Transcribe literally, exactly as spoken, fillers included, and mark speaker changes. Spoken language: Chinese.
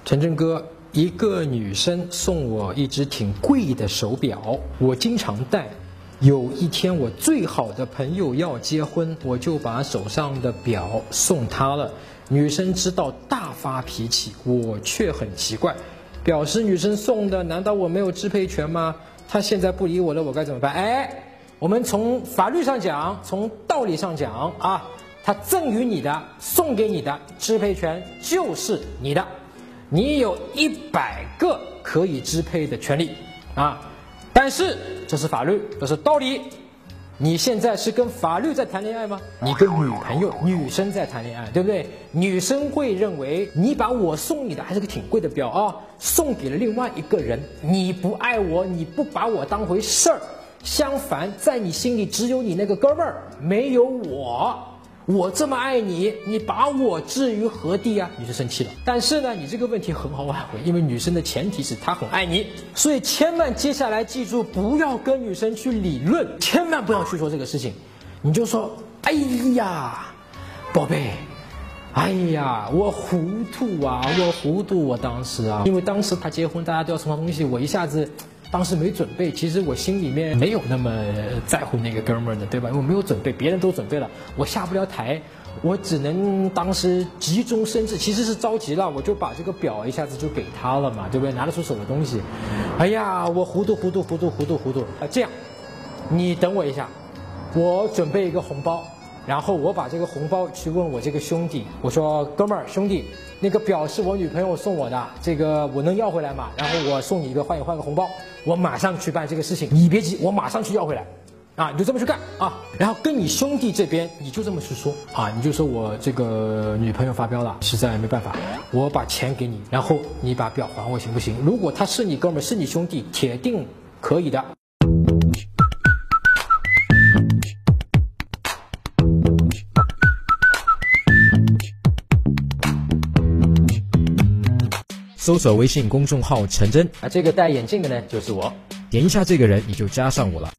Speaker 1: 陈真哥，一个女生送我一只挺贵的手表，我经常戴。有一天我最好的朋友要结婚，我就把手上的表送她了。女生知道大发脾气，我却很奇怪，表示女生送的，难道我没有支配权吗？她现在不理我了，我该怎么办？哎，我们从法律上讲，从道理上讲啊，她赠予你的、送给你的支配权就是你的。你有一百个可以支配的权利啊，但是这是法律，这是道理。你现在是跟法律在谈恋爱吗？你跟女朋友、女生在谈恋爱，对不对？女生会认为你把我送你的还是个挺贵的表啊，送给了另外一个人，你不爱我，你不把我当回事儿。相反，在你心里只有你那个哥们儿，没有我。我这么爱你，你把我置于何地啊？你就生气了。但是呢，你这个问题很好挽回，因为女生的前提是她很爱你，所以千万接下来记住，不要跟女生去理论，千万不要去说这个事情。你就说，哎呀，宝贝，哎呀，我糊涂啊，我糊涂，我当时啊，因为当时他结婚，大家都要送他东西，我一下子。当时没准备，其实我心里面没有那么在乎那个哥们儿的，对吧？我没有准备，别人都准备了，我下不了台，我只能当时急中生智，其实是着急了，我就把这个表一下子就给他了嘛，对不对？拿得出手的东西，哎呀，我糊涂糊涂糊涂糊涂糊涂啊！这样，你等我一下，我准备一个红包，然后我把这个红包去问我这个兄弟，我说哥们儿兄弟。那个表是我女朋友送我的，这个我能要回来吗？然后我送你一个，换你换个红包，我马上去办这个事情，你别急，我马上去要回来，啊，你就这么去干啊。然后跟你兄弟这边，你就这么去说啊，你就说我这个女朋友发飙了，实在没办法，我把钱给你，然后你把表还我行不行？如果他是你哥们儿，是你兄弟，铁定可以的。
Speaker 2: 搜索微信公众号陈真
Speaker 1: 啊，这个戴眼镜的呢就是我，
Speaker 2: 点一下这个人你就加上我了。